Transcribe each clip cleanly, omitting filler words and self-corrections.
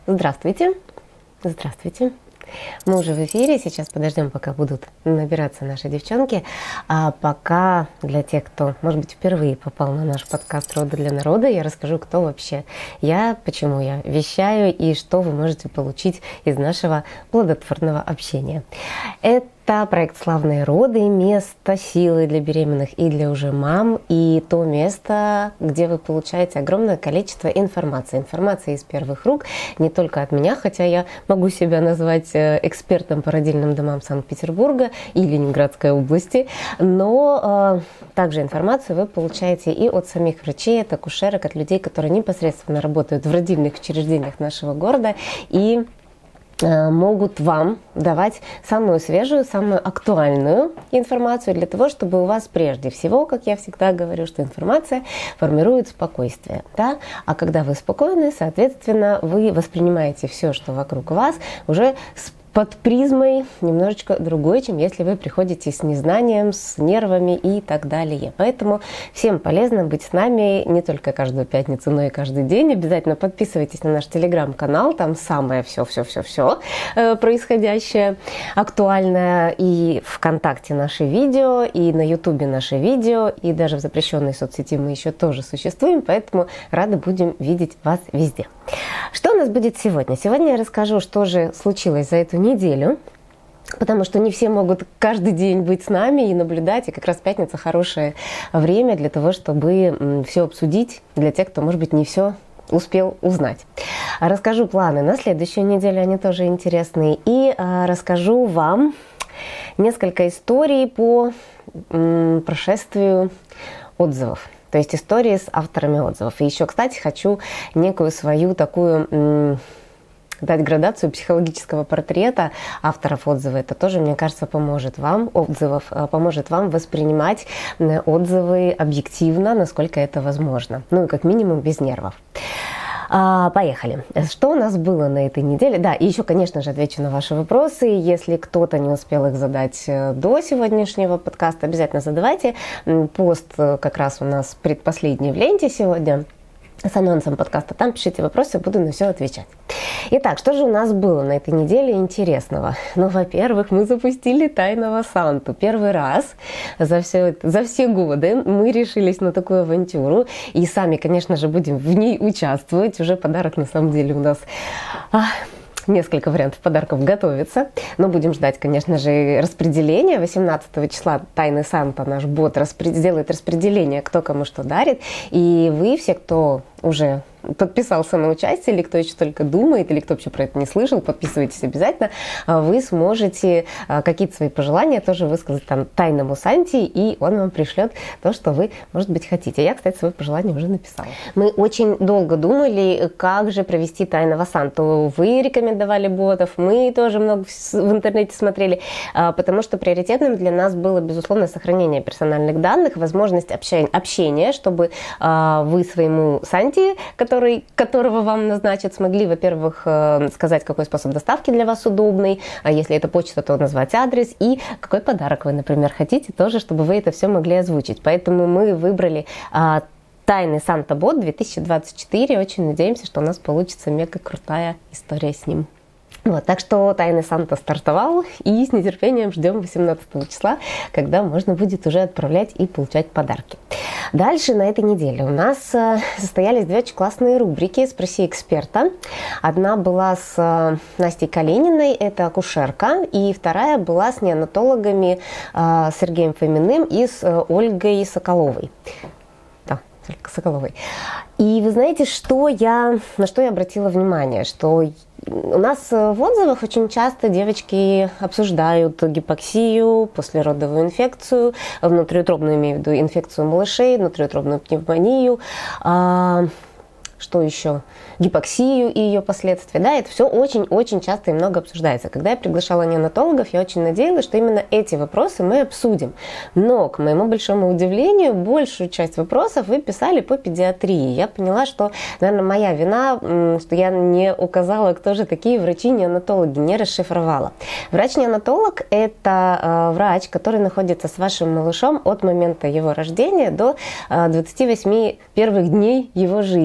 Здравствуйте. Здравствуйте. Мы уже в эфире, сейчас подождем, пока будут набираться наши девчонки. А пока для тех, кто, может быть, впервые попал на наш подкаст «Роды для народа», я расскажу, кто вообще я, почему я вещаю и что вы можете получить из нашего плодотворного общения. Это проект «Славные роды», место силы для беременных и для уже мам, и то место, где вы получаете огромное количество информации. Информации из первых рук, не только от меня, хотя я могу себя назвать экспертом по родильным домам Санкт-Петербурга и Ленинградской области, но также информацию вы получаете и от самих врачей, от акушерок, от людей, которые непосредственно работают в родильных учреждениях нашего города и могут вам давать самую свежую, самую актуальную информацию для того, чтобы у вас прежде всего, как я всегда говорю, что информация формирует спокойствие. Да? А когда вы спокойны, соответственно, вы воспринимаете все, что вокруг вас, уже под призмой немножечко другой, чем если вы приходите с незнанием, с нервами и так далее. Поэтому всем полезно быть с нами не только каждую пятницу, но и каждый день. Обязательно подписывайтесь на наш телеграм-канал, там самое все происходящее, актуальное. И ВКонтакте наши видео, и на Ютубе наши видео, и даже в запрещенной соцсети мы еще тоже существуем, поэтому рады будем видеть вас везде. Что у нас будет сегодня? Сегодня я расскажу, что же случилось за эту неделю, потому что не все могут каждый день быть с нами и наблюдать, и как раз пятница хорошее время для того, чтобы все обсудить для тех, кто, может быть, не все успел узнать. Расскажу планы на следующую неделю, они тоже интересные, и расскажу вам несколько историй по прошествию отзывов. То есть истории с авторами отзывов. И еще, кстати, хочу некую свою такую дать градацию психологического портрета авторов отзыва. Это тоже, мне кажется, поможет вам воспринимать отзывы объективно, насколько это возможно. Ну и как минимум без нервов. Поехали. Что у нас было на этой неделе? Да, и еще, конечно же, отвечу на ваши вопросы. Если кто-то не успел их задать до сегодняшнего подкаста, обязательно задавайте. Пост как раз у нас предпоследний в ленте сегодня с анонсом подкаста. Там пишите вопросы, буду на все отвечать. Итак, что же у нас было на этой неделе интересного? Ну, во-первых, мы запустили Тайного Санту. Первый раз за все годы мы решились на такую авантюру. И сами, конечно же, будем в ней участвовать. Уже подарок, на самом деле, у нас... Несколько вариантов подарков готовится, но будем ждать, конечно же, распределения. 18 числа Тайный Санта, наш бот, сделает распределение, кто кому что дарит. И вы все, кто уже подписался на участие, или кто еще только думает, или кто вообще про это не слышал, подписывайтесь обязательно. Вы сможете какие-то свои пожелания тоже высказать там Тайному Санте, и он вам пришлет то, что вы, может быть, хотите. Я, кстати, свое пожелание уже написала. Мы очень долго думали, как же провести Тайного Санту. Вы рекомендовали ботов, мы тоже много в интернете смотрели, потому что приоритетным для нас было, безусловно, сохранение персональных данных, возможность общения, чтобы вы своему Санте, которого вам назначат, смогли, во-первых, сказать, какой способ доставки для вас удобный, а если это почта, то назвать адрес, и какой подарок вы, например, хотите, тоже, чтобы вы это все могли озвучить. Поэтому мы выбрали Тайный Санта-бот 2024. Очень надеемся, что у нас получится мега крутая история с ним. Вот, так что Тайный Санта стартовал, и с нетерпением ждем 18 числа, когда можно будет уже отправлять и получать подарки. Дальше на этой неделе у нас состоялись две очень классные рубрики «Спроси эксперта». Одна была с Настей Калининой, это акушерка, и вторая была с неонатологами Сергеем Фоминым и с Ольгой Соколовой. Соколовой. И вы знаете, на что я обратила внимание, что у нас в отзывах очень часто девочки обсуждают гипоксию, послеродовую инфекцию, внутриутробную, имею в виду инфекцию малышей, внутриутробную пневмонию, что еще? Гипоксию и ее последствия. Да, это все очень-очень часто и много обсуждается. Когда я приглашала неонатологов, я очень надеялась, что именно эти вопросы мы обсудим. Но, к моему большому удивлению, большую часть вопросов вы писали по педиатрии. Я поняла, что, наверное, моя вина, что я не указала, кто же такие врачи-неонатологи, не расшифровала. Врач-неонатолог – это врач, который находится с вашим малышом от момента его рождения до 28 первых дней его жизни.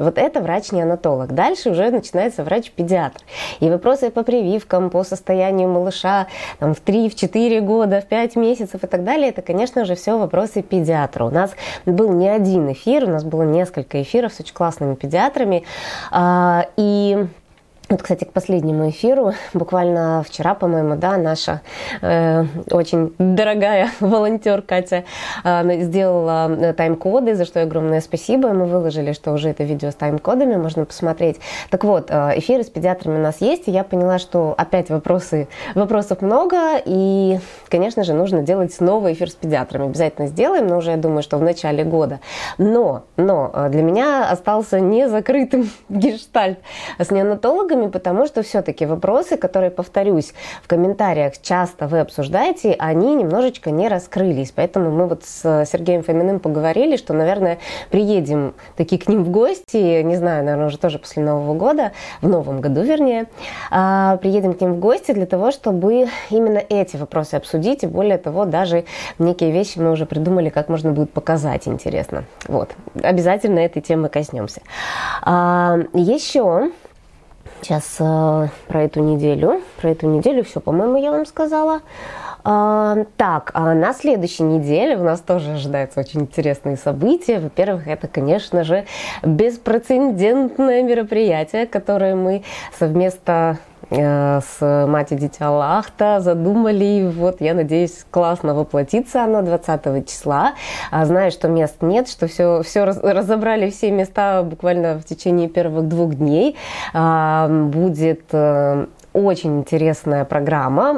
Вот это врач-неонатолог. Дальше уже начинается врач-педиатр. И вопросы по прививкам, по состоянию малыша там, в 3-4 года, в 5 месяцев и так далее, это, конечно же, все вопросы педиатра. У нас был не один эфир, у нас было несколько эфиров с очень классными педиатрами. И вот, кстати, к последнему эфиру, буквально вчера, по-моему, да, наша очень дорогая волонтер Катя сделала тайм-коды, за что огромное спасибо. Мы выложили, что уже это видео с тайм-кодами, можно посмотреть. Так вот, эфиры с педиатрами у нас есть, и я поняла, что опять вопросов много, и, конечно же, нужно делать новый эфир с педиатрами. Обязательно сделаем, но уже, я думаю, что в начале года. Но для меня остался незакрытым гештальт с неонатологами, потому что все-таки вопросы, которые, повторюсь, в комментариях часто вы обсуждаете, они немножечко не раскрылись. Поэтому мы вот с Сергеем Фоминым поговорили, что, наверное, приедем таки к ним в гости, не знаю, наверное, уже тоже после Нового года, в Новом году, вернее, приедем к ним в гости для того, чтобы именно эти вопросы обсудить, и более того, даже некие вещи мы уже придумали, как можно будет показать интересно. Вот, обязательно этой темы коснемся. Еще... Сейчас про эту неделю все, по-моему, я вам сказала. Так, на следующей неделе у нас тоже ожидаются очень интересные события. Во-первых, это, конечно же, беспрецедентное мероприятие, которое мы совместно с Мать и Дитя Аллахта задумали. Вот, я надеюсь, классно воплотится оно 20 числа. Знаю, что мест нет, что все разобрали, все места буквально в течение первых 2 дней. Будет очень интересная программа.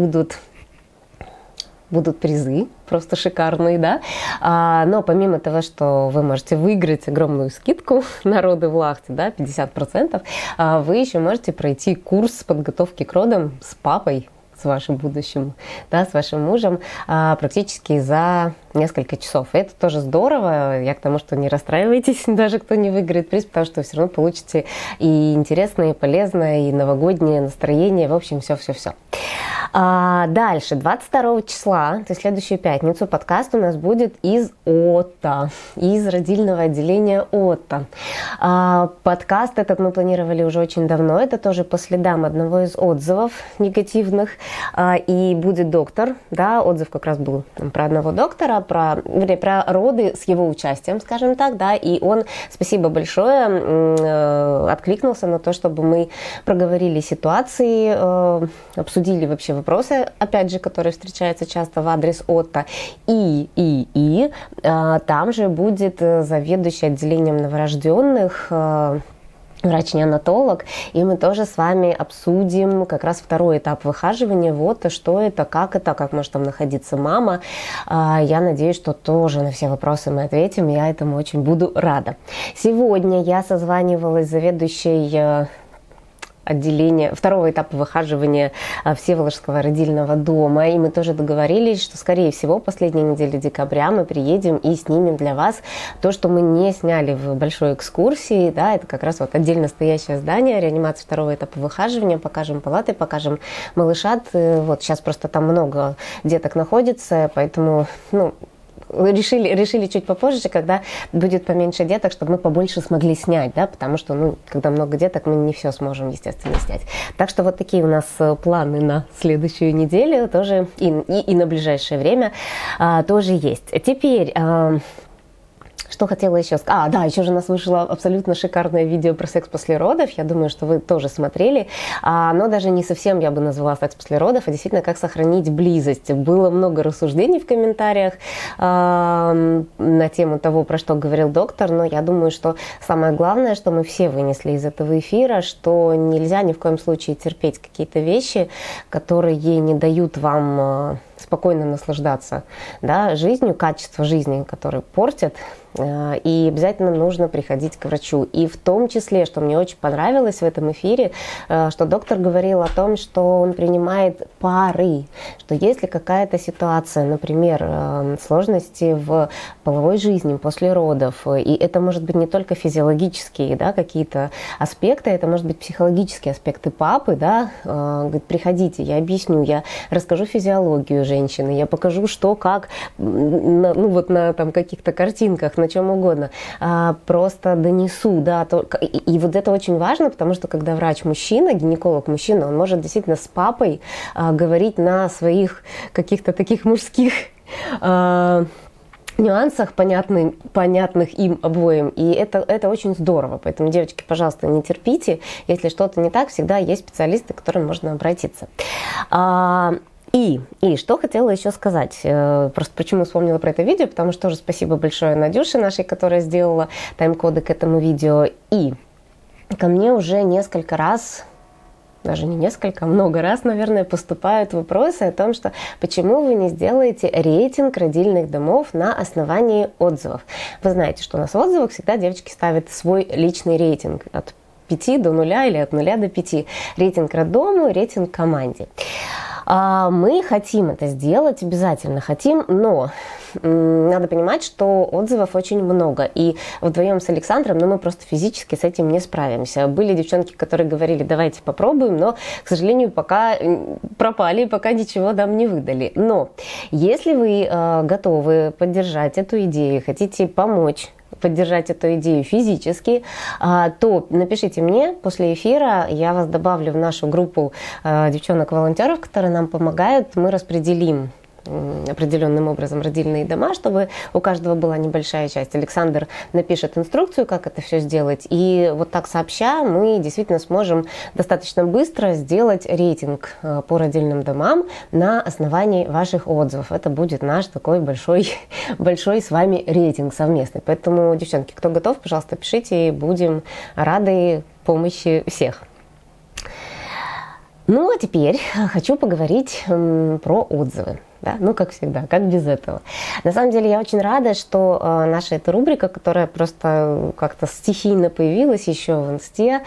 Будут призы, просто шикарные, да. Но помимо того, что вы можете выиграть огромную скидку на роды в Лахте, да, 50%, вы еще можете пройти курс подготовки к родам с папой, с вашим будущим, да, с вашим мужем, практически за несколько часов. И это тоже здорово. Я к тому, что не расстраивайтесь, даже кто не выиграет приз, потому что вы все равно получите и интересное, и полезное, и новогоднее настроение. В общем, все-все-все. Дальше, 22 числа, то есть следующую пятницу, подкаст у нас будет из ОТА, из родильного отделения ОТА. Подкаст этот мы планировали уже очень давно. Это тоже по следам одного из отзывов негативных. И будет доктор, да, отзыв как раз был про одного доктора, про роды с его участием, скажем так, да, и он, спасибо большое, откликнулся на то, чтобы мы проговорили ситуации, обсудили вообще вопросы, опять же, которые встречаются часто в адрес ОТА, и там же будет заведующий отделением новорожденных, врач-неонатолог, и мы тоже с вами обсудим как раз второй этап выхаживания, вот что это, как может там находиться мама. Я надеюсь, что тоже на все вопросы мы ответим, я этому очень буду рада. Сегодня я созванивалась с заведующей отделения, второго этапа выхаживания Всеволожского родильного дома. И мы тоже договорились, что, скорее всего, последней недели декабря мы приедем и снимем для вас то, что мы не сняли в большой экскурсии. Да, это как раз вот отдельно стоящее здание, реанимация второго этапа выхаживания. Покажем палаты, покажем малышат. Вот сейчас просто там много деток находится, поэтому, решили чуть попозже, когда будет поменьше деток, чтобы мы побольше смогли снять, да, потому что, когда много деток, мы не все сможем, естественно, снять. Так что вот такие у нас планы на следующую неделю тоже и на ближайшее время тоже есть. Теперь... Что хотела еще сказать? Да, еще же у нас вышло абсолютно шикарное видео про секс после родов. Я думаю, что вы тоже смотрели. Но даже не совсем я бы назвала секс после родов, а действительно, как сохранить близость. Было много рассуждений в комментариях на тему того, про что говорил доктор, но я думаю, что самое главное, что мы все вынесли из этого эфира, что нельзя ни в коем случае терпеть какие-то вещи, которые не дают вам спокойно наслаждаться, да, жизнью, качество жизни, которое портят, и обязательно нужно приходить к врачу. И в том числе, что мне очень понравилось в этом эфире, что доктор говорил о том, что он принимает пары, что если какая-то ситуация, например, сложности в половой жизни после родов, и это может быть не только физиологические, да, какие-то аспекты, это может быть психологические аспекты папы, да, говорит, приходите, я объясню, я расскажу физиологию женщины, я покажу, что, как, ну вот на там каких-то картинках, на чем угодно, просто донесу, да, и вот это очень важно, потому что когда врач мужчина, гинеколог мужчина, он может действительно с папой говорить на своих каких-то таких мужских нюансах, понятных им обоим. И это очень здорово. Поэтому, девочки, пожалуйста, не терпите. Если что-то не так, всегда есть специалисты, к которым можно обратиться. И что хотела еще сказать, просто почему вспомнила про это видео, потому что тоже спасибо большое Надюше нашей, которая сделала тайм-коды к этому видео. И ко мне уже несколько раз, даже не несколько, много раз, наверное, поступают вопросы о том, что почему вы не сделаете рейтинг родильных домов на основании отзывов. Вы знаете, что у нас в отзывах всегда девочки ставят свой личный рейтинг от 5 до 0 или от 0 до 5. Рейтинг роддому, рейтинг команде. Мы хотим это сделать, обязательно хотим, но надо понимать, что отзывов очень много. И вдвоем с Александром, мы просто физически с этим не справимся. Были девчонки, которые говорили, давайте попробуем, но, к сожалению, пока пропали, пока ничего нам не выдали. Но если вы готовы поддержать эту идею, хотите помочь, поддержать эту идею физически, то напишите мне после эфира, я вас добавлю в нашу группу девчонок-волонтеров, которые нам помогают, мы распределим определенным образом родильные дома, чтобы у каждого была небольшая часть. Александр напишет инструкцию, как это все сделать, и вот так сообща мы действительно сможем достаточно быстро сделать рейтинг по родильным домам на основании ваших отзывов. Это будет наш такой большой с вами рейтинг совместный. Поэтому, девчонки, кто готов, пожалуйста, пишите, будем рады помощи всех. Ну, а теперь хочу поговорить про отзывы. Да? Ну, как всегда, как без этого. На самом деле, я очень рада, что наша эта рубрика, которая просто как-то стихийно появилась еще в Инсте,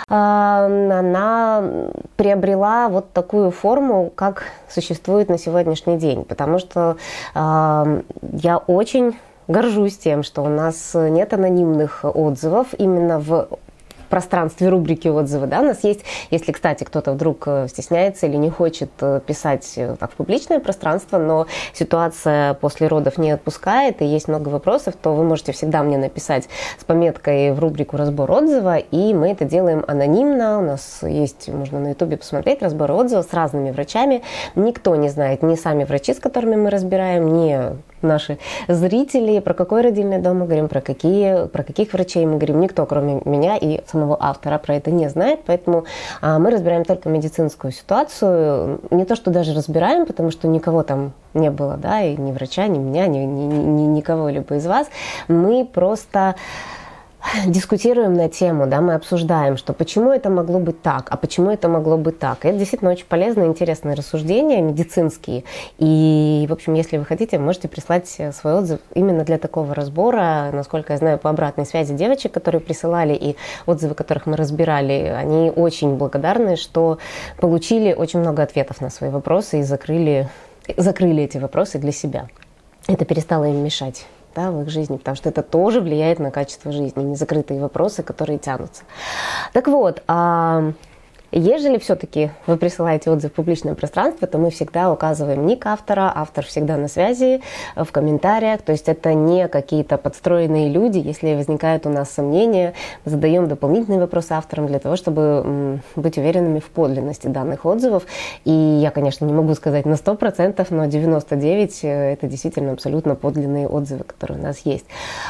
она приобрела вот такую форму, как существует на сегодняшний день. Потому что я очень горжусь тем, что у нас нет анонимных отзывов именно в пространстве рубрики отзывы, да, у нас есть, если, кстати, кто-то вдруг стесняется или не хочет писать так в публичное пространство, но ситуация после родов не отпускает и есть много вопросов, то вы можете всегда мне написать с пометкой в рубрику «Разбор отзыва», и мы это делаем анонимно, у нас есть, можно на ютубе посмотреть, разбор отзывов с разными врачами, никто не знает, ни сами врачи, с которыми мы разбираем, ни наши зрители, про какой родильный дом мы говорим, про каких врачей мы говорим, никто, кроме меня и самого автора, про это не знает, поэтому мы разбираем только медицинскую ситуацию, не то, что даже разбираем, потому что никого там не было, да, и ни врача, ни меня, ни никого-либо из вас, мы просто дискутируем на тему, да, мы обсуждаем, что почему это могло быть так, а почему это могло быть так. И это действительно очень полезные, интересные рассуждения медицинские. И, в общем, если вы хотите, можете прислать свой отзыв именно для такого разбора. Насколько я знаю, по обратной связи девочек, которые присылали, и отзывы, которых мы разбирали, они очень благодарны, что получили очень много ответов на свои вопросы и закрыли эти вопросы для себя. Это перестало им мешать, да, в их жизни, потому что это тоже влияет на качество жизни, незакрытые вопросы, которые тянутся. Так вот, ежели все-таки вы присылаете отзыв в публичное пространство, то мы всегда указываем ник автора, автор всегда на связи, в комментариях, то есть это не какие-то подстроенные люди. Если возникают у нас сомнения, мы задаем дополнительные вопросы авторам для того, чтобы быть уверенными в подлинности данных отзывов. И я, конечно, не могу сказать на 100%, но 99% это действительно абсолютно подлинные отзывы, которые у нас есть.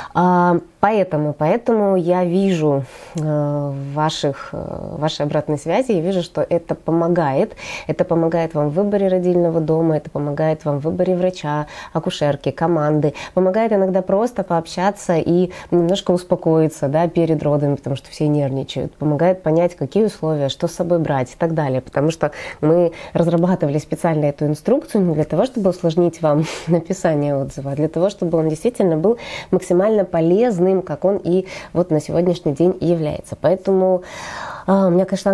Поэтому я вижу вашей обратной связи, я вижу, что это помогает вам в выборе родильного дома, это помогает вам в выборе врача, акушерки, команды, помогает иногда просто пообщаться и немножко успокоиться, да, перед родами, потому что все нервничают, помогает понять, какие условия, что с собой брать и так далее, потому что мы разрабатывали специально эту инструкцию не для того, чтобы усложнить вам написание отзыва, а для того, чтобы он действительно был максимально полезным, как он и вот на сегодняшний день и является. Поэтому у меня, конечно, огромная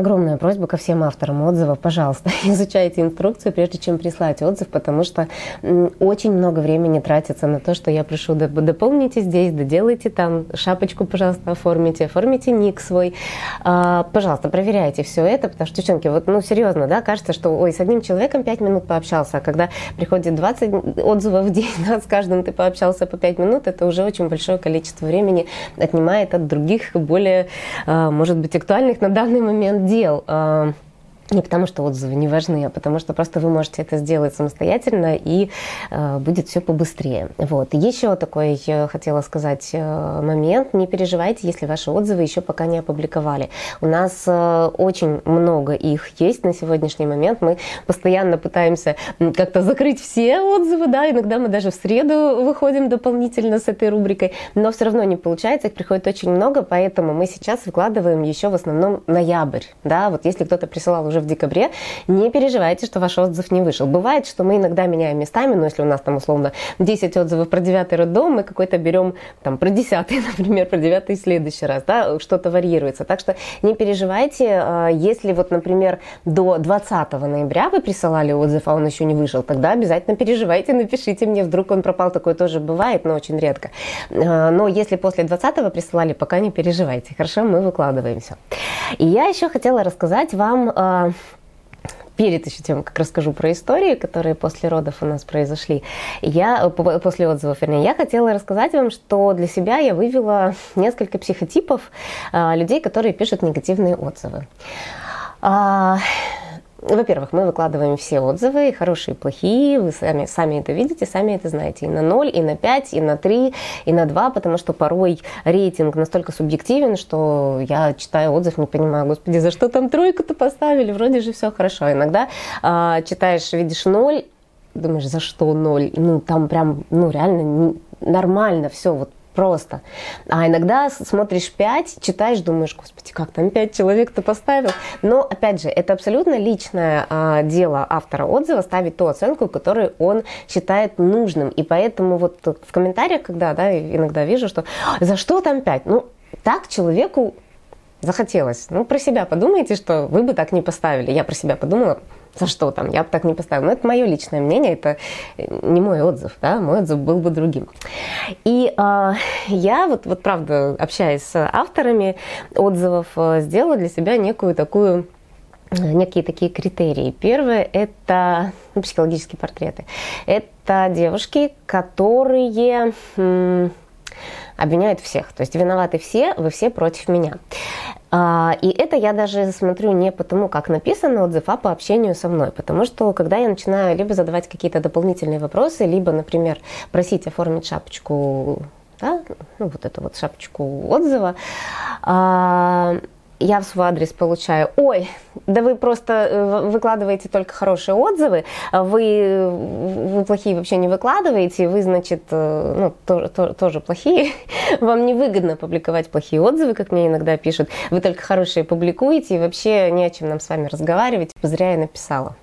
просьба ко всем авторам отзывов, пожалуйста, изучайте инструкцию, прежде чем прислать отзыв, потому что очень много времени тратится на то, что я прошу, дополните здесь, доделайте там, шапочку, пожалуйста, оформите ник свой. Пожалуйста, проверяйте все это, потому что, девчонки, вот, ну, серьезно, да, кажется, что, ой, с одним человеком 5 минут пообщался, а когда приходит 20 отзывов в день, да, с каждым ты пообщался по 5 минут, это уже очень большое количество времени отнимает от других, более, может быть, актуальных на данный момент дел. Не потому, что отзывы не важны, а потому что просто вы можете это сделать самостоятельно, и будет все побыстрее. Вот. Еще такой хотела сказать момент. Не переживайте, если ваши отзывы еще пока не опубликовали. У нас очень много их есть на сегодняшний момент. Мы постоянно пытаемся как-то закрыть все отзывы, да, иногда мы даже в среду выходим дополнительно с этой рубрикой, но все равно не получается, их приходит очень много, поэтому мы сейчас выкладываем еще в основном ноябрь. Да? Вот если кто-то присылал уже в декабре, не переживайте, что ваш отзыв не вышел. Бывает, что мы иногда меняем местами, но если у нас там условно 10 отзывов про 9 роддом, мы какой-то берем там про 10, например, про 9 в следующий раз, да, что-то варьируется. Так что не переживайте, если вот, например, до 20 ноября вы присылали отзыв, а он еще не вышел, тогда обязательно переживайте, напишите мне, вдруг он пропал, такое тоже бывает, но очень редко. Но если после 20 присылали, пока не переживайте, хорошо, мы выкладываемся. И я еще хотела рассказать вам перед еще тем, как расскажу про истории, которые после родов у нас произошли, после отзывов, вернее, я хотела рассказать вам, что для себя я вывела несколько психотипов людей, которые пишут негативные отзывы. Во-первых, мы выкладываем все отзывы, хорошие и плохие, вы сами это видите, сами это знаете, и на 0, и на 5, и на 3, и на 2, потому что порой рейтинг настолько субъективен, что я читаю отзыв, не понимаю, господи, за что там 3-ку-то поставили, вроде же все хорошо. Иногда читаешь, видишь 0, думаешь, за что 0, ну там прям, ну реально нормально все, вот просто. А иногда смотришь 5, читаешь, думаешь, господи, как там 5 человек-то поставил. Но, опять же, это абсолютно личное дело автора отзыва ставить ту оценку, которую он считает нужным. И поэтому вот в комментариях, когда, да, иногда вижу, что за что там 5? Ну, так человеку захотелось. Ну, про себя подумайте, что вы бы так не поставили. Я про себя подумала, за что там, я бы так не поставила. Но это мое личное мнение, это не мой отзыв, да, мой отзыв был бы другим. И я вот правда, общаясь с авторами отзывов, сделала для себя некие такие критерии. Первое – это психологические портреты. Это девушки, которые обвиняют всех. То есть виноваты все, вы все против меня. И это я даже смотрю не потому, как написан отзыв, а по общению со мной. Потому что когда я начинаю либо задавать какие-то дополнительные вопросы, либо, например, просить оформить шапочку, да, ну, вот эту вот шапочку отзыва, я в свой адрес получаю: ой, да вы просто выкладываете только хорошие отзывы, вы плохие вообще не выкладываете, вы, значит, ну, тоже плохие, вам невыгодно публиковать плохие отзывы, как мне иногда пишут, вы только хорошие публикуете, и вообще не о чем нам с вами разговаривать, зря я написала.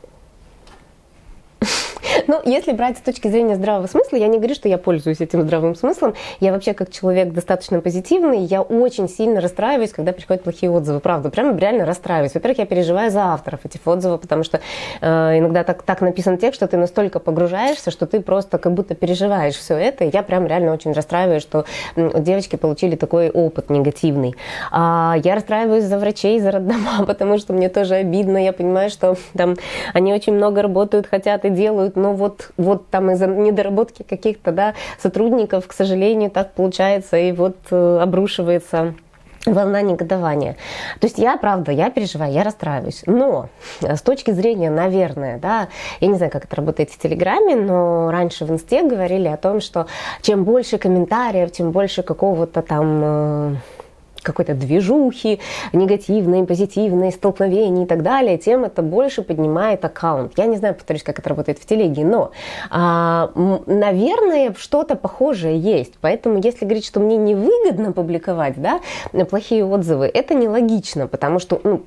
Ну, если брать с точки зрения здравого смысла, я не говорю, что я пользуюсь этим здравым смыслом. Я вообще как человек достаточно позитивный, я очень сильно расстраиваюсь, когда приходят плохие отзывы. Правда, прямо реально расстраиваюсь. Во-первых, я переживаю за авторов этих отзывов, потому что иногда так написан текст, что ты настолько погружаешься, что ты просто как будто переживаешь все это. И я прям реально очень расстраиваюсь, что девочки получили такой опыт негативный. Я расстраиваюсь за врачей, за роддома, потому что мне тоже обидно. Я понимаю, что там они очень много работают, хотят и делают, но вот там из-за недоработки каких-то, да, сотрудников, к сожалению, так получается, и вот обрушивается волна негодования. То есть я, правда, я переживаю, я расстраиваюсь. Но с точки зрения, наверное, да, я не знаю, как это работает в Телеграме, но раньше в Инсте говорили о том, что чем больше комментариев, тем больше какого-то там какой-то движухи, негативной, позитивной, столкновений и так далее, тем это больше поднимает аккаунт. Я не знаю, повторюсь, как это работает в телеге, но, наверное, что-то похожее есть. Поэтому, если говорить, что мне невыгодно публиковать, да, плохие отзывы, это нелогично, потому что,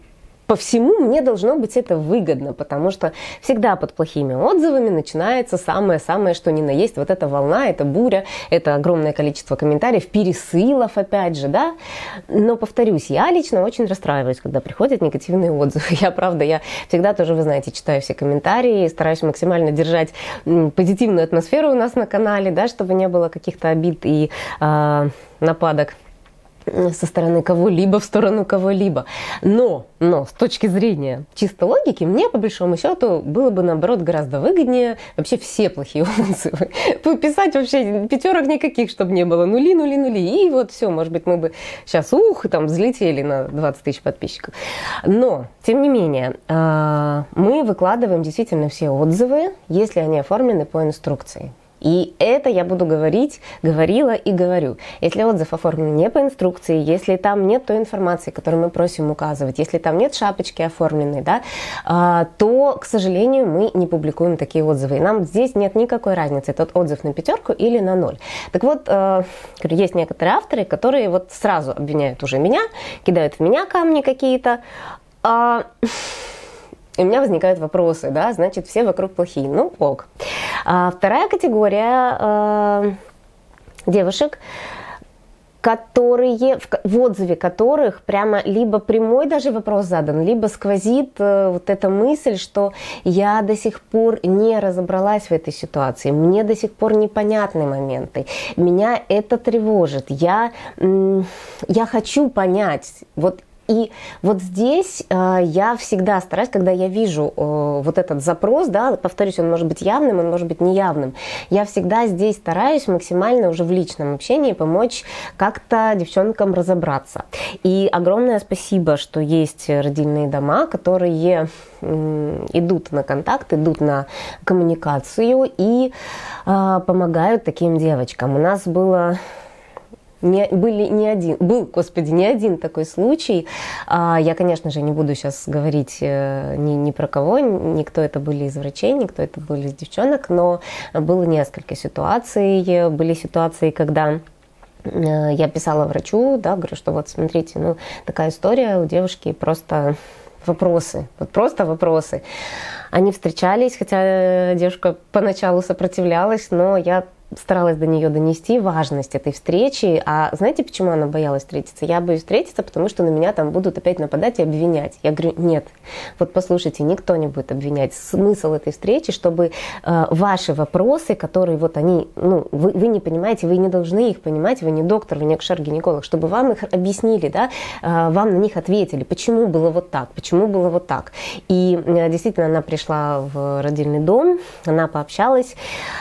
по всему мне должно быть это выгодно, потому что всегда под плохими отзывами начинается самое-самое, что ни на есть. Вот эта волна, эта буря, это огромное количество комментариев, пересылов опять же, да. Но, повторюсь, я лично очень расстраиваюсь, когда приходят негативные отзывы. Я всегда тоже, вы знаете, читаю все комментарии, стараюсь максимально держать позитивную атмосферу у нас на канале, да, чтобы не было каких-то обид и нападок со стороны кого-либо в сторону кого-либо. Но с точки зрения чисто логики, мне по большому счету было бы наоборот гораздо выгоднее вообще все плохие отзывы. Писать вообще пятерок никаких, чтобы не было, нули. И вот все, может быть, мы бы сейчас там взлетели на 20 тысяч подписчиков. Но, тем не менее, мы выкладываем действительно все отзывы, если они оформлены по инструкции. И это я буду говорила и говорю. Если отзыв оформлен не по инструкции, если там нет той информации, которую мы просим указывать, если там нет шапочки оформленной, да, то, к сожалению, мы не публикуем такие отзывы. И нам здесь нет никакой разницы, тот отзыв на 5 или на 0. Так вот, есть некоторые авторы, которые вот сразу обвиняют уже меня, кидают в меня камни какие-то. И у меня возникают вопросы, да, значит, все вокруг плохие. Ну, ок. Вторая категория девушек, которые, в отзыве которых прямо либо прямой даже вопрос задан, либо сквозит вот эта мысль, что я до сих пор не разобралась в этой ситуации, мне до сих пор непонятны моменты, меня это тревожит, я хочу понять, И вот здесь я всегда стараюсь, когда я вижу вот этот запрос, да, повторюсь, он может быть явным, он может быть неявным, я всегда здесь стараюсь максимально уже в личном общении помочь как-то девчонкам разобраться. И огромное спасибо, что есть родильные дома, которые идут на контакт, идут на коммуникацию и помогают таким девочкам. У нас был не один такой случай. Я, конечно же, не буду сейчас говорить ни про кого, никто это были из врачей, никто это были из девчонок, но было несколько ситуаций. Были ситуации, когда я писала врачу, да, говорю, что вот смотрите, такая история у девушки, просто вопросы, просто вопросы. Они встречались, хотя девушка поначалу сопротивлялась, но я старалась до нее донести важность этой встречи. А знаете, почему она боялась встретиться? Я боюсь встретиться, потому что на меня там будут опять нападать и обвинять. Я говорю, нет, вот послушайте, никто не будет обвинять. Смысл этой встречи, чтобы ваши вопросы, которые вот они, вы не понимаете, вы не должны их понимать, вы не доктор, вы не акушер-гинеколог, чтобы вам их объяснили, да, вам на них ответили, почему было вот так, почему было вот так. И действительно, она пришла в родильный дом, она пообщалась,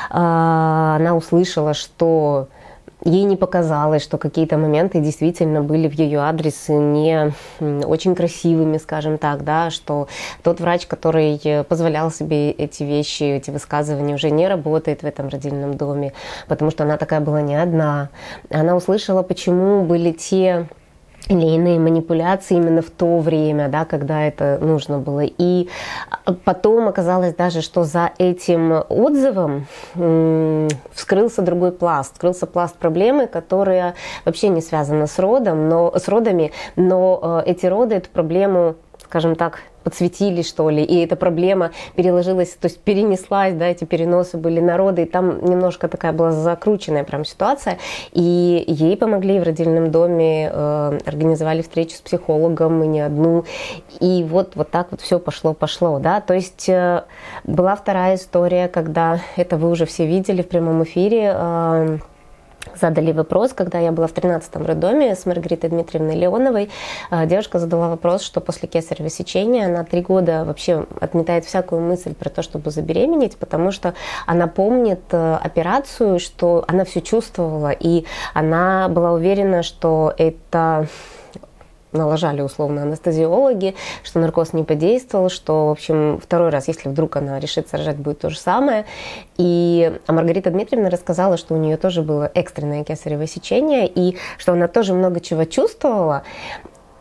она услышала, что ей не показалось, что какие-то моменты действительно были в ее адрес не очень красивыми, скажем так, да, что тот врач, который позволял себе эти вещи, эти высказывания, уже не работает в этом родильном доме, потому что она такая была не одна. Она услышала, почему были те или иные манипуляции именно в то время, да, когда это нужно было. И потом оказалось даже, что за этим отзывом вскрылся другой пласт. Вскрылся пласт проблемы, которая вообще не связана с родами, но эти роды, эту проблему, скажем так, подсветили, что ли, и эта проблема переложилась, то есть перенеслась, да, эти переносы были на роды, и там немножко такая была закрученная прям ситуация, и ей помогли в родильном доме, организовали встречу с психологом, и не одну, и вот так вот все пошло, да, то есть была вторая история, когда, это вы уже все видели в прямом эфире, задали вопрос, когда я была в 13-м роддоме с Маргаритой Дмитриевной Леоновой. Девушка задала вопрос, что после кесарево сечения она 3 года вообще отметает всякую мысль про то, чтобы забеременеть, потому что она помнит операцию, что она все чувствовала, и она была уверена, что это налажали условно анестезиологи, что наркоз не подействовал, что, в общем, второй раз, если вдруг она решится рожать, будет то же самое. А Маргарита Дмитриевна рассказала, что у нее тоже было экстренное кесарево сечение, и что она тоже много чего чувствовала.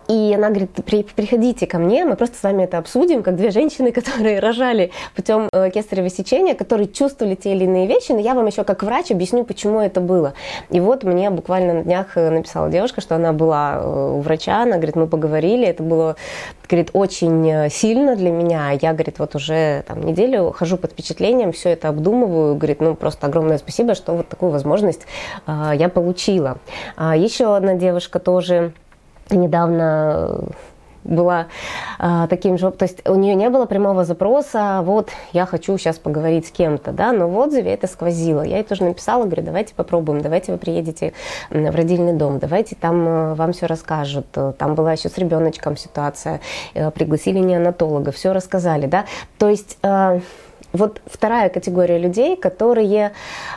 И она говорит, приходите ко мне, мы просто с вами это обсудим, как две женщины, которые рожали путем кесарево сечения, которые чувствовали те или иные вещи, но я вам еще как врач объясню, почему это было. И вот мне буквально на днях написала девушка, что она была у врача, она говорит, мы поговорили, это было, говорит, очень сильно для меня. Я, говорит, вот уже там неделю хожу под впечатлением, все это обдумываю, говорит, ну просто огромное спасибо, что вот такую возможность я получила. Еще одна девушка тоже недавно была таким же, то есть у нее не было прямого запроса, вот я хочу сейчас поговорить с кем-то, да, но в отзыве это сквозило. Я ей тоже написала, говорю, давайте попробуем, давайте вы приедете в родильный дом, давайте там вам все расскажут. Там была еще с ребеночком ситуация, пригласили неонатолога, все рассказали, да. То есть вот вторая категория людей, которые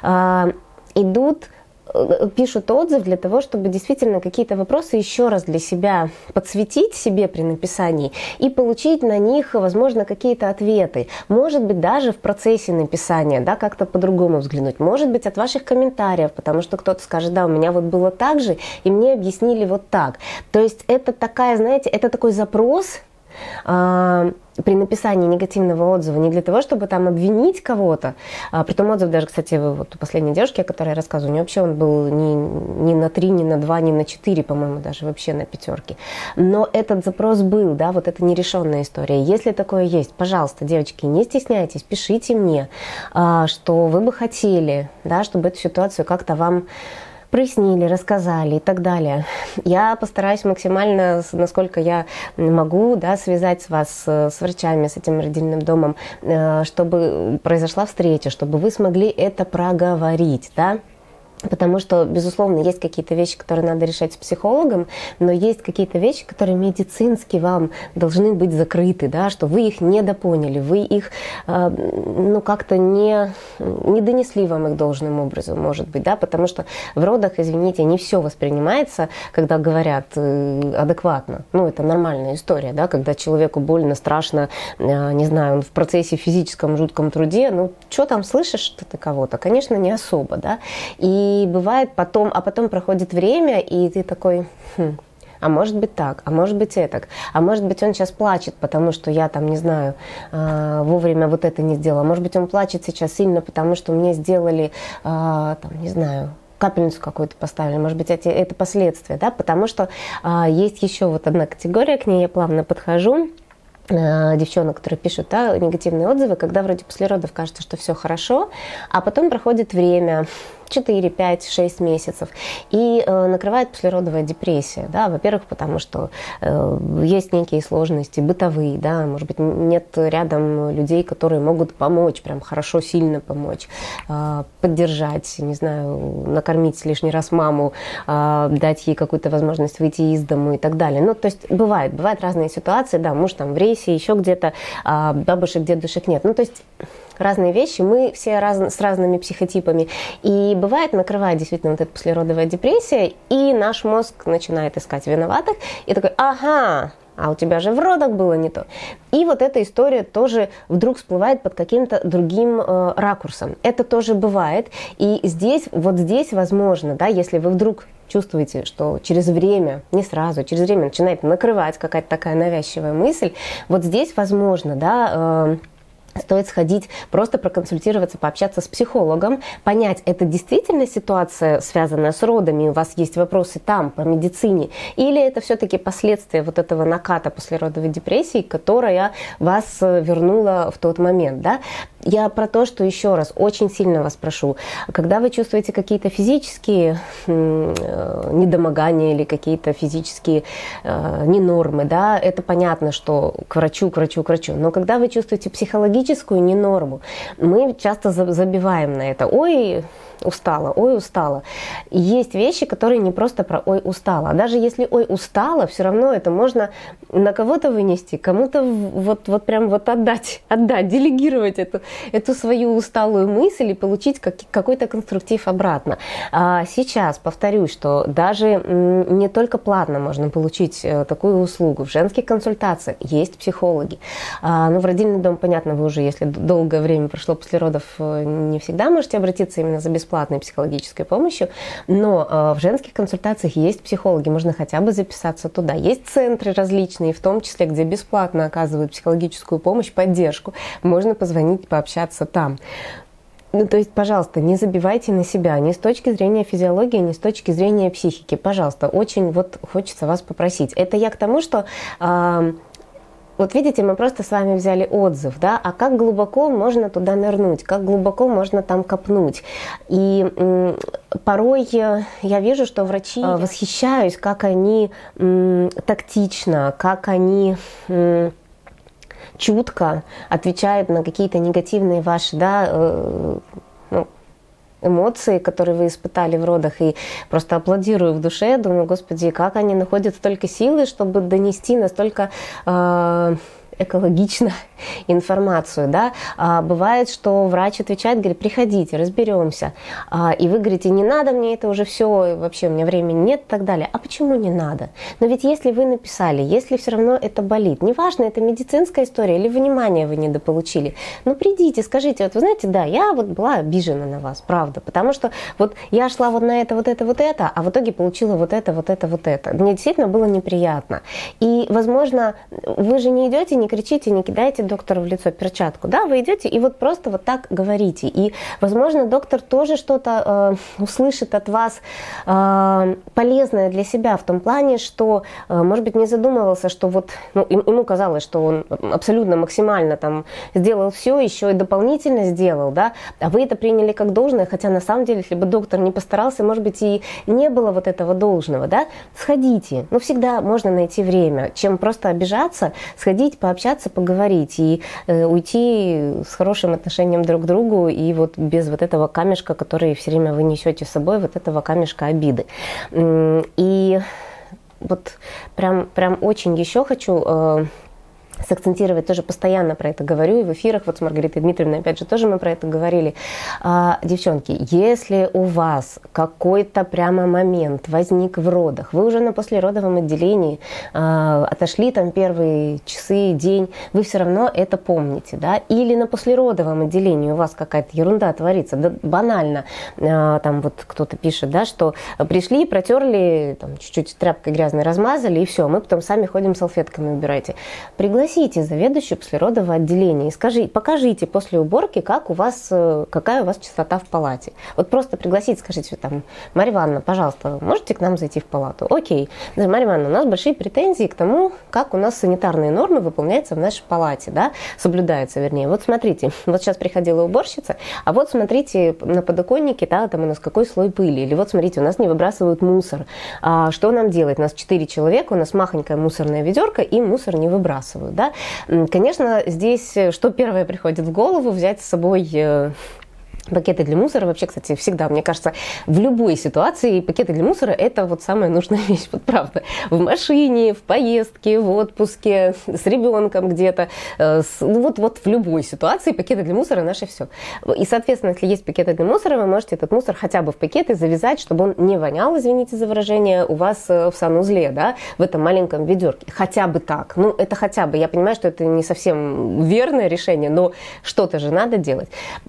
идут, пишут отзыв для того, чтобы действительно какие-то вопросы еще раз для себя подсветить себе при написании и получить на них, возможно, какие-то ответы. Может быть, даже в процессе написания, да, как-то по-другому взглянуть. Может быть, от ваших комментариев, потому что кто-то скажет, да, у меня вот было так же, и мне объяснили вот так. То есть это такая, знаете, это такой запрос при написании негативного отзыва не для того, чтобы там обвинить кого-то. Притом отзыв даже, кстати, вот у последней девушки, о которой я рассказываю, у нее вообще он был не на 3, не на 2, не на 4, по-моему, даже вообще на 5. Но этот запрос был, да, вот это нерешенная история. Если такое есть, пожалуйста, девочки, не стесняйтесь, пишите мне, что вы бы хотели, да, чтобы эту ситуацию как-то вам прояснили, рассказали и так далее. Я постараюсь максимально, насколько я могу, да, связать вас с врачами, с этим родильным домом, чтобы произошла встреча, чтобы вы смогли это проговорить, да. Потому что, безусловно, есть какие-то вещи, которые надо решать с психологом, но есть какие-то вещи, которые медицински вам должны быть закрыты, да, что вы их недопоняли, вы их ну, как-то не донесли вам их должным образом, может быть, да, потому что в родах, извините, не все воспринимается, когда говорят адекватно. Ну, это нормальная история, да, когда человеку больно, страшно, не знаю, он в процессе физическом жутком труде, ну, что там слышишь, что ты кого-то? Конечно, не особо, да, и бывает потом, а потом проходит время, и ты такой, а может быть так, а может быть этак, а может быть он сейчас плачет, потому что я там, не знаю, вовремя вот это не сделала, может быть он плачет сейчас сильно, потому что мне сделали, там, не знаю, капельницу какую-то поставили, может быть, это последствия, да, потому что есть еще вот одна категория, к ней я плавно подхожу, девчонок, которые пишут, да, негативные отзывы, когда вроде после родов кажется, что все хорошо, а потом проходит время, 4, 5, 6 месяцев, и накрывает послеродовая депрессия, да, во-первых, потому что есть некие сложности бытовые, да, может быть, нет рядом людей, которые могут помочь, прям хорошо, сильно помочь, поддержать, не знаю, накормить лишний раз маму, дать ей какую-то возможность выйти из дому и так далее. Ну, то есть бывают разные ситуации, да, муж там в рейсе, еще где-то, бабушек, дедушек нет, ну, то есть разные вещи, мы все с разными психотипами. И бывает, накрывает действительно вот эта послеродовая депрессия, и наш мозг начинает искать виноватых, и такой, ага, а у тебя же в родах было не то. И вот эта история тоже вдруг всплывает под каким-то другим ракурсом. Это тоже бывает. И здесь, вот здесь возможно, да, если вы вдруг чувствуете, что через время, не сразу, через время начинает накрывать какая-то такая навязчивая мысль, вот здесь возможно, да, стоит сходить, просто проконсультироваться, пообщаться с психологом, понять, это действительно ситуация, связанная с родами, у вас есть вопросы там, по медицине, или это все-таки последствия вот этого наката послеродовой депрессии, которая вас вернула в тот момент, да? Я про то, что еще раз очень сильно вас прошу, когда вы чувствуете какие-то физические недомогания или какие-то физические ненормы, да, это понятно, что к врачу, но когда вы чувствуете психологическую ненорму, мы часто забиваем на это. Ой, устала. Есть вещи, которые не просто про ой, устала. А даже если ой, устала, все равно это можно на кого-то вынести, кому-то вот прям вот отдать, делегировать эту эту свою усталую мысль и получить какой-то конструктив обратно. Сейчас повторюсь, что даже не только платно можно получить такую услугу. В женских консультациях есть психологи. Ну, в родильный дом, понятно, вы уже, если долгое время прошло после родов, не всегда можете обратиться именно за бесплатной психологической помощью, но в женских консультациях есть психологи, можно хотя бы записаться туда. Есть центры различные, в том числе, где бесплатно оказывают психологическую помощь, поддержку. Можно позвонить, пообщаться там. Ну, то есть, пожалуйста, не забивайте на себя ни с точки зрения физиологии, ни с точки зрения психики. Пожалуйста, очень вот хочется вас попросить. Это я к тому, что... Вот видите, мы просто с вами взяли отзыв, да, а как глубоко можно туда нырнуть, как глубоко можно там копнуть. И порой я вижу, что врачи восхищаюсь, как они тактично, как они чутко отвечают на какие-то негативные ваши, да, эмоции, которые вы испытали в родах, и просто аплодирую в душе, думаю, господи, как они находят столько силы, чтобы донести настолько экологично информацию, да. Бывает, что врач отвечает, говорит, приходите, разберемся. И вы говорите, не надо мне это уже все, вообще у меня времени нет и так далее. А почему не надо? Но ведь если вы написали, если все равно это болит, неважно, это медицинская история или внимания вы недополучили, ну придите, скажите, вот вы знаете, да, я вот была обижена на вас, правда, потому что вот я шла вот на это, а в итоге получила вот это. Мне действительно было неприятно. И, возможно, вы же не идете, не кричите, не кидаете доктору в лицо перчатку, да, вы идете и вот просто вот так говорите. И, возможно, доктор тоже что-то услышит от вас полезное для себя в том плане, что, может быть, не задумывался, что вот, ну, ему казалось, что он абсолютно максимально там сделал все, еще и дополнительно сделал, да, а вы это приняли как должное, хотя на самом деле, если бы доктор не постарался, может быть, и не было вот этого должного, да, сходите, ну, всегда можно найти время, чем просто обижаться, сходить, пообщаться, поговорить и уйти с хорошим отношением друг к другу и вот без вот этого камешка, который все время вы несете с собой, вот этого камешка обиды. И вот прям очень еще хочу сакцентировать, тоже постоянно про это говорю, и в эфирах вот с Маргаритой Дмитриевной, опять же, тоже мы про это говорили. Девчонки, если у вас какой-то прямо момент возник в родах, вы уже на послеродовом отделении, отошли там первые часы, день, вы все равно это помните, да, или на послеродовом отделении у вас какая-то ерунда творится, да, банально, там вот кто-то пишет, да, что пришли, протерли, там чуть-чуть тряпкой грязной размазали, и все, мы потом сами ходим салфетками убирайте. Пригласите заведующую послеродового отделения и скажите, покажите после уборки, какая у вас чистота в палате. Вот просто пригласите, скажите там, Марья Ивановна, пожалуйста, можете к нам зайти в палату? Окей. Марья Ивановна, у нас большие претензии к тому, как у нас санитарные нормы выполняются в нашей палате, да, соблюдаются, вернее. Вот смотрите, вот сейчас приходила уборщица, а вот смотрите на подоконнике, да, там у нас какой слой пыли, или вот смотрите, у нас не выбрасывают мусор. Что нам делать? У нас 4 человека, у нас махонькая мусорная ведерко, и мусор не выбрасывают. Да? Конечно, здесь что первое приходит в голову, взять с собой пакеты для мусора. Вообще, кстати, всегда, мне кажется, в любой ситуации пакеты для мусора – это вот самая нужная вещь, вот правда. В машине, в поездке, в отпуске, с ребенком где-то. Вот в любой ситуации пакеты для мусора – наше все. И, соответственно, если есть пакеты для мусора, вы можете этот мусор хотя бы в пакеты завязать, чтобы он не вонял, извините за выражение, у вас в санузле, да, в этом маленьком ведерке. Хотя бы так. Ну, это хотя бы. Я понимаю, что это не совсем верное решение, но что-то же надо делать.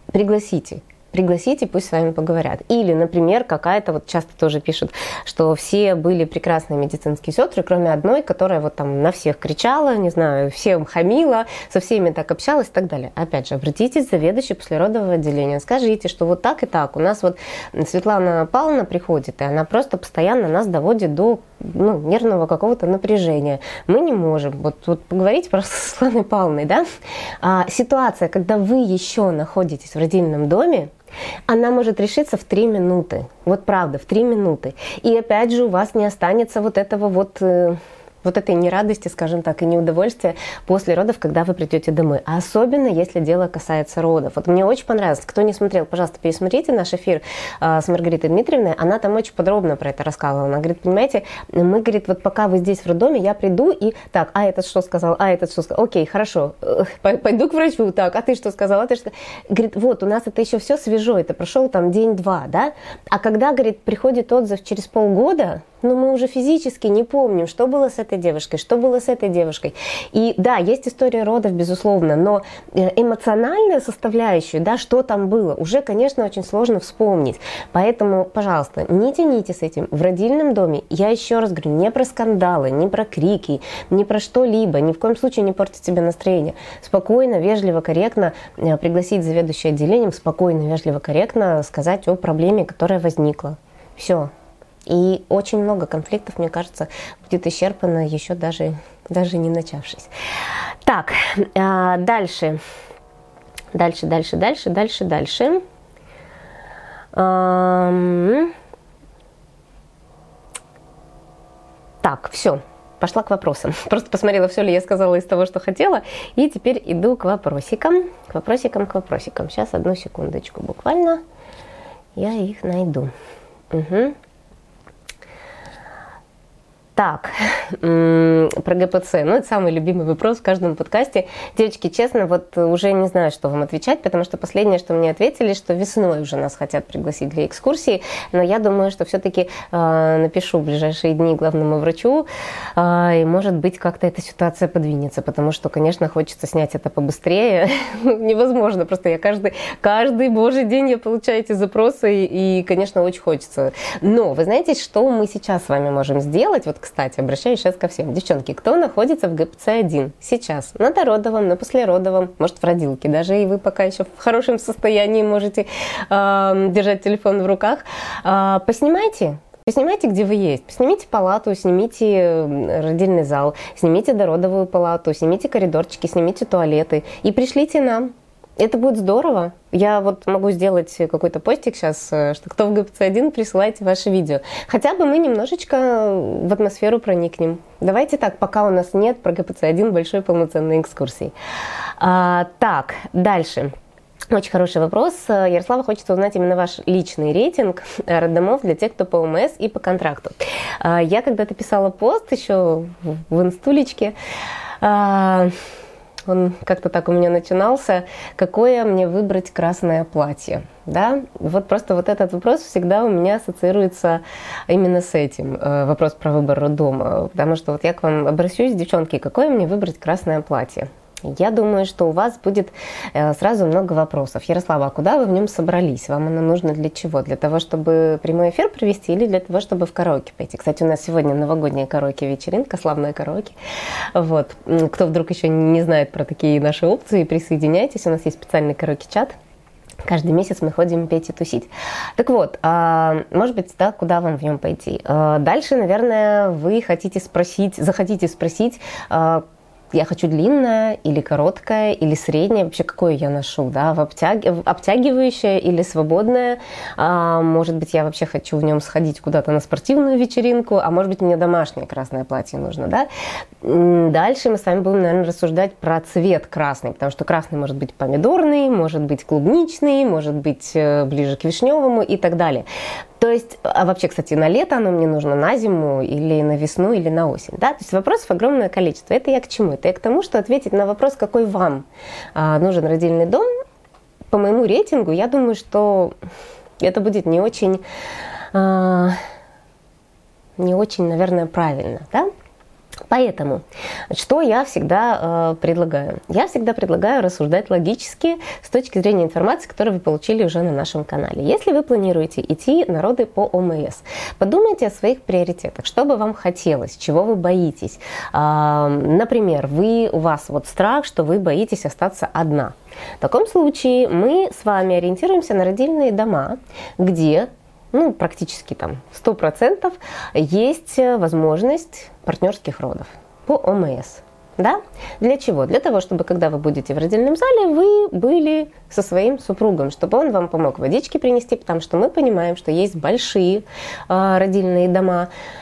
Пригласите, пусть с вами поговорят. Или, например, какая-то, вот часто тоже пишут, что все были прекрасные медицинские сестры, кроме одной, которая вот там на всех кричала, не знаю, всем хамила, со всеми так общалась и так далее. Опять же, обратитесь к заведующей послеродового отделения, скажите, что вот так и так. У нас вот Светлана Павловна приходит, и она просто постоянно нас доводит до нервного какого-то напряжения. Мы не можем. Вот поговорите просто с Светланой Павловной, да? Ситуация, когда вы еще находитесь в родильном доме, она может решиться в 3 минуты. Вот правда, в 3 минуты. И опять же у вас не останется вот этого вот вот этой нерадости, скажем так, и неудовольствия после родов, когда вы придете домой. А особенно, если дело касается родов. Вот мне очень понравилось. Кто не смотрел, пожалуйста, пересмотрите наш эфир с Маргаритой Дмитриевной. Она там очень подробно про это рассказывала. Она говорит, понимаете, мы, говорит, вот пока вы здесь в роддоме, я приду и так, а этот что сказал, а этот что сказал. Окей, хорошо, пойду к врачу, так, а ты что сказал, а ты что сказал. Говорит, вот, у нас это еще все свежо, это прошел там день-два, да? А когда, говорит, приходит отзыв через полгода, но мы уже физически не помним, что было с этой девушкой, что было с этой девушкой. И да, есть история родов, безусловно, но эмоциональную составляющую, да, что там было, уже, конечно, очень сложно вспомнить. Поэтому, пожалуйста, не тяните с этим. В родильном доме, я еще раз говорю, не про скандалы, не про крики, не про что-либо, ни в коем случае не портить себе настроение. Спокойно, вежливо, корректно пригласить заведующее отделением, спокойно, вежливо, корректно сказать о проблеме, которая возникла. Все. И очень много конфликтов, мне кажется, будет исчерпано, еще даже не начавшись. Так, дальше. Так, все. Пошла к вопросам. Просто посмотрела, все ли я сказала из того, что хотела. И теперь иду к вопросикам. К вопросикам. Сейчас, одну секундочку буквально. Я их найду. Угу. Так, про ГПЦ. Ну, это самый любимый вопрос в каждом подкасте. Девочки, честно, вот уже не знаю, что вам отвечать, потому что последнее, что мне ответили, что весной уже нас хотят пригласить для экскурсии, но я думаю, что все-таки напишу в ближайшие дни главному врачу, и, может быть, как-то эта ситуация подвинется, потому что, конечно, хочется снять это побыстрее. Невозможно, просто я каждый божий день я получаю эти запросы, и, конечно, очень хочется. Но вы знаете, что мы сейчас с вами можем сделать? Вот, кстати, обращаюсь сейчас ко всем. Девчонки, кто находится в ГПЦ-1 сейчас? На дородовом, на послеродовом, может, в родилке. Даже и вы пока еще в хорошем состоянии можете держать телефон в руках. Поснимайте. Поснимайте, где вы есть. Снимите палату, снимите родильный зал, снимите дородовую палату, снимите коридорчики, снимите туалеты и пришлите нам. Это будет здорово. Я вот могу сделать какой-то постик сейчас, что кто в ГПЦ-1, присылайте ваши видео. Хотя бы мы немножечко в атмосферу проникнем. Давайте так, пока у нас нет про ГПЦ-1 большой полноценной экскурсии. Так, дальше. Очень хороший вопрос. Ярослава, хочется узнать именно ваш личный рейтинг роддомов для тех, кто по ОМС и по контракту. Я когда-то писала пост еще в инстулечке. Он как-то так у меня начинался. Какое мне выбрать красное платье? Да? Вот просто вот этот вопрос всегда у меня ассоциируется именно с этим. Вопрос про выбор роддома. Потому что вот я к вам обращусь, девчонки, какое мне выбрать красное платье? Я думаю, что у вас будет сразу много вопросов. Ярослава, а куда вы в нем собрались? Вам оно нужно для чего? Для того, чтобы прямой эфир провести или для того, чтобы в караоке пойти? Кстати, у нас сегодня новогодняя караоке-вечеринка, славная караоке. Вот. Кто вдруг еще не знает про такие наши опции, присоединяйтесь. У нас есть специальный караоке-чат. Каждый месяц мы ходим петь и тусить. Так вот, может быть, да, куда вам в нем пойти? Дальше, наверное, вы захотите спросить, я хочу длинное или короткое, или среднее, вообще какое я ношу, да, обтягивающее или свободное, может быть, я вообще хочу в нем сходить куда-то на спортивную вечеринку, а может быть, мне домашнее красное платье нужно, да. Дальше мы с вами будем, наверное, рассуждать про цвет красный, потому что красный может быть помидорный, может быть клубничный, может быть ближе к вишневому и так далее. То есть, а вообще, кстати, на лето оно мне нужно, на зиму или на весну или на осень, да? То есть вопросов огромное количество. Это я к чему? Это я к тому, что ответить на вопрос, какой вам нужен родильный дом, по моему рейтингу, я думаю, что это будет не очень, наверное, правильно, да? Поэтому, что я всегда предлагаю? Я всегда предлагаю рассуждать логически с точки зрения информации, которую вы получили уже на нашем канале. Если вы планируете идти на роды по ОМС, подумайте о своих приоритетах, что бы вам хотелось, чего вы боитесь. Например, у вас вот страх, что вы боитесь остаться одна. В таком случае мы с вами ориентируемся на родильные дома, где практически там 100% есть возможность партнерских родов по ОМС. Да? Для чего? Для того, чтобы когда вы будете в родильном зале, вы были со своим супругом, чтобы он вам помог водички принести, потому что мы понимаем, что есть большие родильные дома,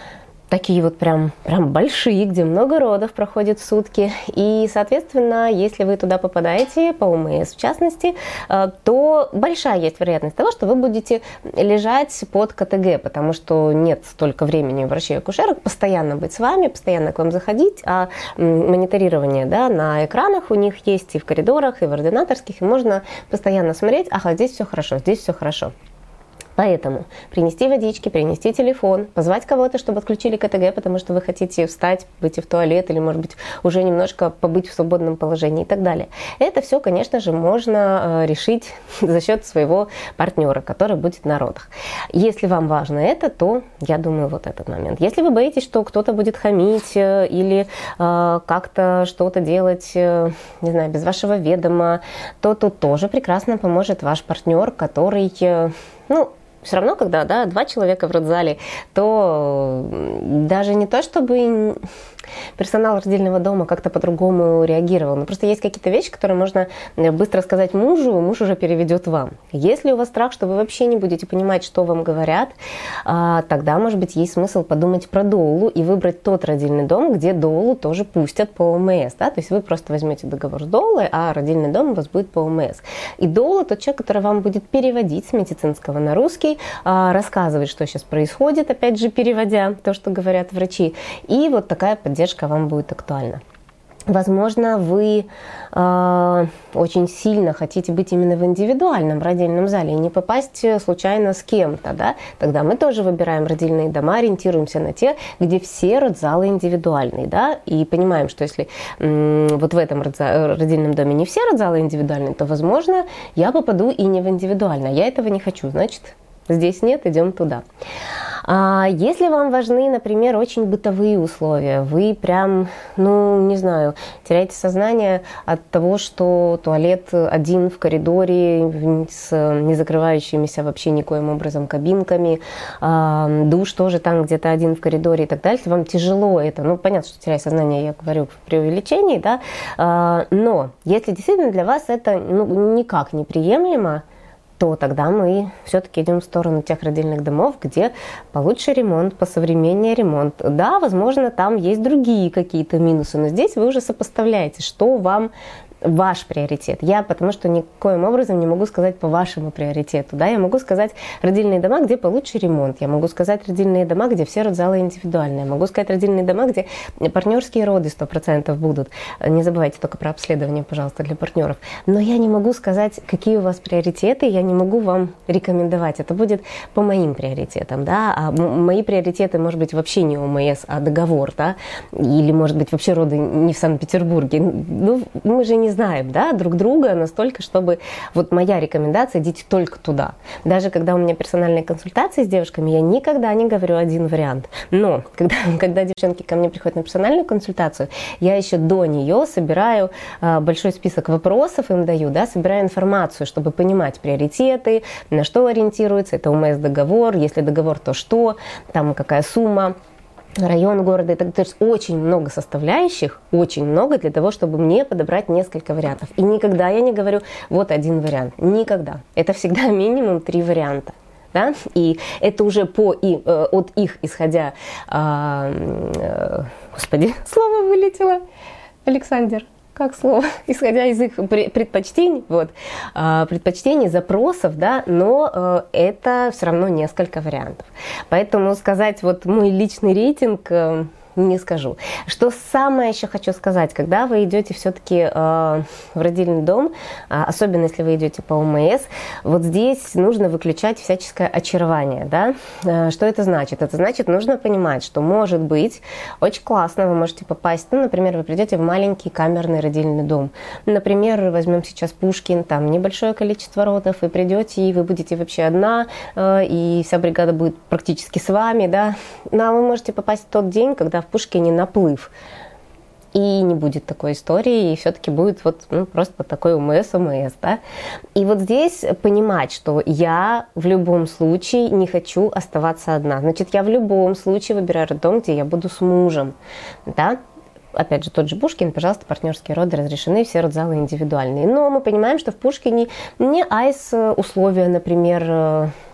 такие вот прям большие, где много родов проходит в сутки. И, соответственно, если вы туда попадаете, по ОМС в частности, то большая есть вероятность того, что вы будете лежать под КТГ, потому что нет столько времени у врачей-акушерок постоянно быть с вами, постоянно к вам заходить, а мониторирование, да, на экранах у них есть и в коридорах, и в ординаторских, и можно постоянно смотреть, ага, здесь все хорошо, здесь все хорошо. Поэтому принести водички, принести телефон, позвать кого-то, чтобы отключили КТГ, потому что вы хотите встать, выйти в туалет или, может быть, уже немножко побыть в свободном положении и так далее. Это все, конечно же, можно решить за счет своего партнера, который будет на родах. Если вам важно это, то, я думаю, вот этот момент. Если вы боитесь, что кто-то будет хамить или как-то что-то делать, не знаю, без вашего ведома, то тут тоже прекрасно поможет ваш партнер, который, все равно, когда, да, 2 человека в родзале, то даже не то, чтобы персонал родильного дома как-то по-другому реагировал, но просто есть какие-то вещи, которые можно быстро сказать мужу, муж уже переведет вам. Если у вас страх, что вы вообще не будете понимать, что вам говорят, тогда, может быть, есть смысл подумать про доулу и выбрать тот родильный дом, где доулу тоже пустят по ОМС. Да? То есть вы просто возьмете договор с доулой, а родильный дом у вас будет по ОМС. И доула тот человек, который вам будет переводить с медицинского на русский, рассказывать, что сейчас происходит, опять же, переводя то, что говорят врачи. И вот такая поддержка вам будет актуальна. Возможно, вы очень сильно хотите быть именно в индивидуальном родильном зале и не попасть случайно с кем-то, да? Тогда мы тоже выбираем родильные дома, ориентируемся на те, где все родзалы индивидуальные, да? И понимаем, что если вот в этом родильном доме не все родзалы индивидуальные, то, возможно, я попаду и не в индивидуальное. Я этого не хочу, значит, здесь нет, идем туда. Если вам важны, например, очень бытовые условия, вы прям, не знаю, теряете сознание от того, что туалет один в коридоре с не закрывающимися вообще никоим образом кабинками, душ тоже там где-то один в коридоре и так далее, вам тяжело это, понятно, что теряя сознание, я говорю в преувеличении, да, но если действительно для вас это никак неприемлемо, то тогда мы все-таки идем в сторону тех родильных домов, где получше ремонт, посовременнее ремонт. Да, возможно, там есть другие какие-то минусы, но здесь вы уже сопоставляете, что вам ваш приоритет. Я потому что никоим образом не могу сказать по вашему приоритету. Да? Я могу сказать родильные дома, где получше ремонт. Я могу сказать родильные дома, где все родзалы индивидуальные. Я могу сказать родильные дома, где партнерские роды 100% будут. Не забывайте только про обследование, пожалуйста, для партнеров. Но я не могу сказать, какие у вас приоритеты. Я не могу вам рекомендовать. Это будет по моим приоритетам. Да? А мои приоритеты, может быть, вообще не ОМС, а договор. Да? Или, может быть, вообще роды не в Санкт-Петербурге. Мы же не знаем, да, друг друга настолько, чтобы вот моя рекомендация — идите только туда. Даже когда у меня персональные консультации с девушками, я никогда не говорю один вариант. Но когда девчонки ко мне приходят на персональную консультацию, я еще до нее собираю большой список вопросов, им даю, да, собираю информацию, чтобы понимать приоритеты, на что ориентируется, это ОМС-договор, если договор, то что, там какая сумма, район города. То есть очень много составляющих, очень много для того, чтобы мне подобрать несколько вариантов. И никогда я не говорю, вот один вариант. Никогда. Это всегда минимум 3 варианта. Да? И это уже от их исходя... Господи, слово вылетело. Александр. Как слово, исходя из их предпочтений, предпочтений, запросов, да, но это все равно несколько вариантов. Поэтому сказать вот мой личный рейтинг не скажу. Что самое еще хочу сказать, когда вы идете все-таки в родильный дом, особенно если вы идете по ОМС, вот здесь нужно выключать всяческое очарование, да? Что это значит? Это значит, нужно понимать, что может быть очень классно, вы можете попасть, например, вы придете в маленький камерный родильный дом. Например, возьмем сейчас Пушкин, там небольшое количество родов, вы придете, и вы будете вообще одна, и вся бригада будет практически с вами, да? Но вы можете попасть в тот день, когда в Пушкине наплыв. И не будет такой истории, и все-таки будет просто такой ОМС, да. И вот здесь понимать, что я в любом случае не хочу оставаться одна. Значит, я в любом случае выбираю роддом, где я буду с мужем, да. Опять же, тот же Пушкин, пожалуйста, партнерские роды разрешены, все родзалы индивидуальные. Но мы понимаем, что в Пушкине не АИС условия, например,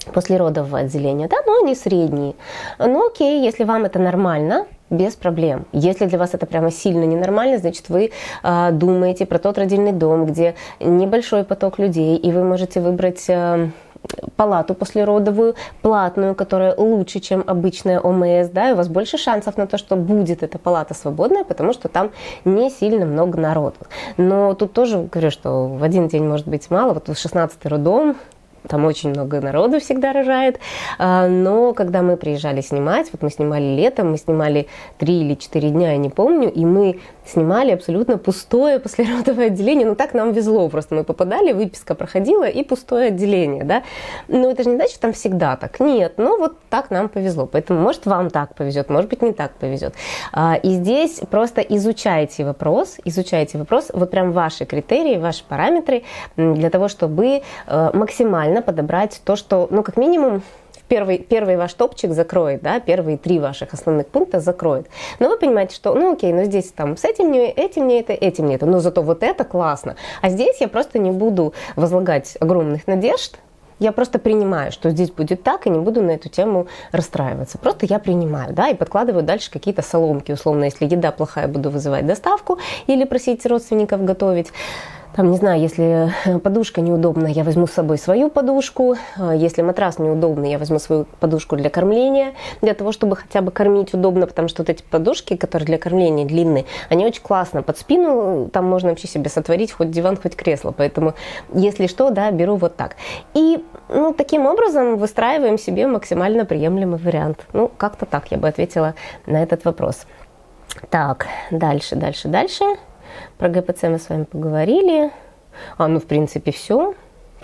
послеродового отделения, да, но они средние. Ну окей, если вам это нормально, без проблем. Если для вас это прямо сильно ненормально, значит, вы думаете про тот родильный дом, где небольшой поток людей, и вы можете выбрать палату послеродовую, платную, которая лучше, чем обычная ОМС, да, и у вас больше шансов на то, что будет эта палата свободная, потому что там не сильно много народу. Но тут тоже говорю, что в один день может быть мало, вот 16-й роддом, там очень много народу всегда рожает, но когда мы приезжали снимать, вот мы снимали летом, мы снимали 3 или 4 дня, я не помню, и мы снимали абсолютно пустое послеродовое отделение, ну так нам везло, просто мы попадали, выписка проходила и пустое отделение, да, но это же не значит, что там всегда так, нет, но вот так нам повезло, поэтому может вам так повезет, может быть не так повезет, и здесь просто изучайте вопрос, вот прям ваши критерии, ваши параметры для того, чтобы максимально подобрать то, что, ну, как минимум, первый ваш топчик закроет, да, первые 3 ваших основных пункта закроет. Но вы понимаете, что, ну, окей, но здесь там с этим не это, но зато вот это классно. А здесь я просто не буду возлагать огромных надежд, я просто принимаю, что здесь будет так, и не буду на эту тему расстраиваться. Просто я принимаю, да, и подкладываю дальше какие-то соломки. Условно, если еда плохая, буду вызывать доставку или просить родственников готовить. Там, не знаю, если подушка неудобная, я возьму с собой свою подушку. Если матрас неудобный, я возьму свою подушку для кормления, для того, чтобы хотя бы кормить удобно, потому что вот эти подушки, которые для кормления длинные, они очень классно под спину, там можно вообще себе сотворить хоть диван, хоть кресло. Поэтому, если что, да, беру вот так. И, ну, таким образом выстраиваем себе максимально приемлемый вариант. Ну, как-то так я бы ответила на этот вопрос. Так, дальше. Про ГПЦ мы с вами поговорили. Ну, в принципе, все.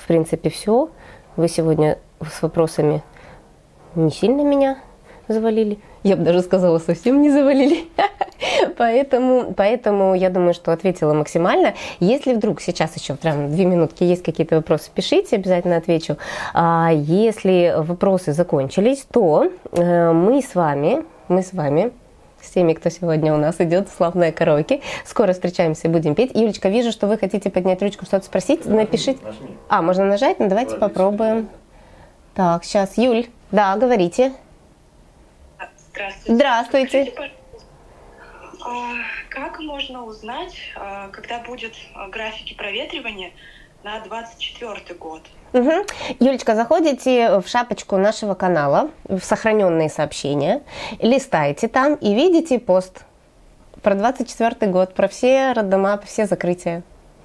Вы сегодня с вопросами не сильно меня завалили. Я бы даже сказала, совсем не завалили. Поэтому я думаю, что ответила максимально. Если вдруг сейчас еще прям 2 минутки есть какие-то вопросы, пишите, обязательно отвечу. Если вопросы закончились, то мы с вами, с теми, кто сегодня у нас идет, славное караоке. Скоро встречаемся и будем петь. Юлечка, вижу, что вы хотите поднять ручку, что-то спросить. Напишите. Можно нажать? Ну, давайте попробуем. Так, сейчас. Юль, да, говорите. Здравствуйте. Скажите, как можно узнать, когда будет графики проветривания на 2024 год? Угу. Юлечка, заходите в шапочку нашего канала, в сохраненные сообщения, листайте там и видите пост про 2024 год, про все роддома, все закрытия.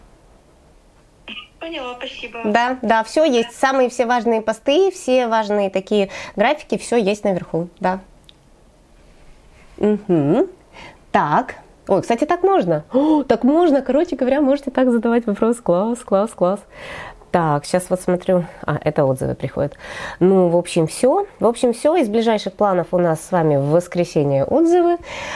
Поняла, спасибо. Да, все есть, самые все важные посты, все важные такие графики, все есть наверху, да. Угу. Так. Ой, кстати, так можно. Так можно, короче говоря, можете так задавать вопрос. Класс. Так, сейчас вот смотрю. Это отзывы приходят. Ну, в общем, все. Из ближайших планов у нас с вами в воскресенье отзывы.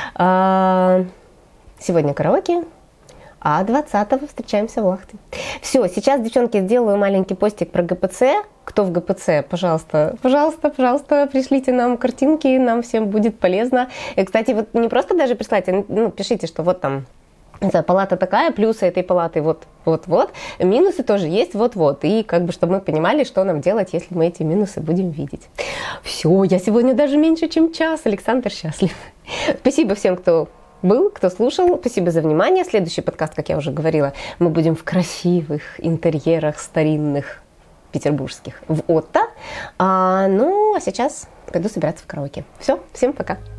Сегодня караоке. А 20-го встречаемся в Лахте. Все, сейчас, девчонки, сделаю маленький постик про ГПЦ. Кто в ГПЦ, пожалуйста, пришлите нам картинки, нам всем будет полезно. И, кстати, вот не просто даже прислать, пишите, что вот там палата такая, плюсы этой палаты вот, минусы тоже есть вот. И как бы, чтобы мы понимали, что нам делать, если мы эти минусы будем видеть. Все, я сегодня даже меньше, чем час. Александр счастлив. Спасибо всем, кто был, кто слушал. Спасибо за внимание. Следующий подкаст, как я уже говорила, мы будем в красивых интерьерах старинных петербургских в Отто. А сейчас пойду собираться в караоке. Все, всем пока.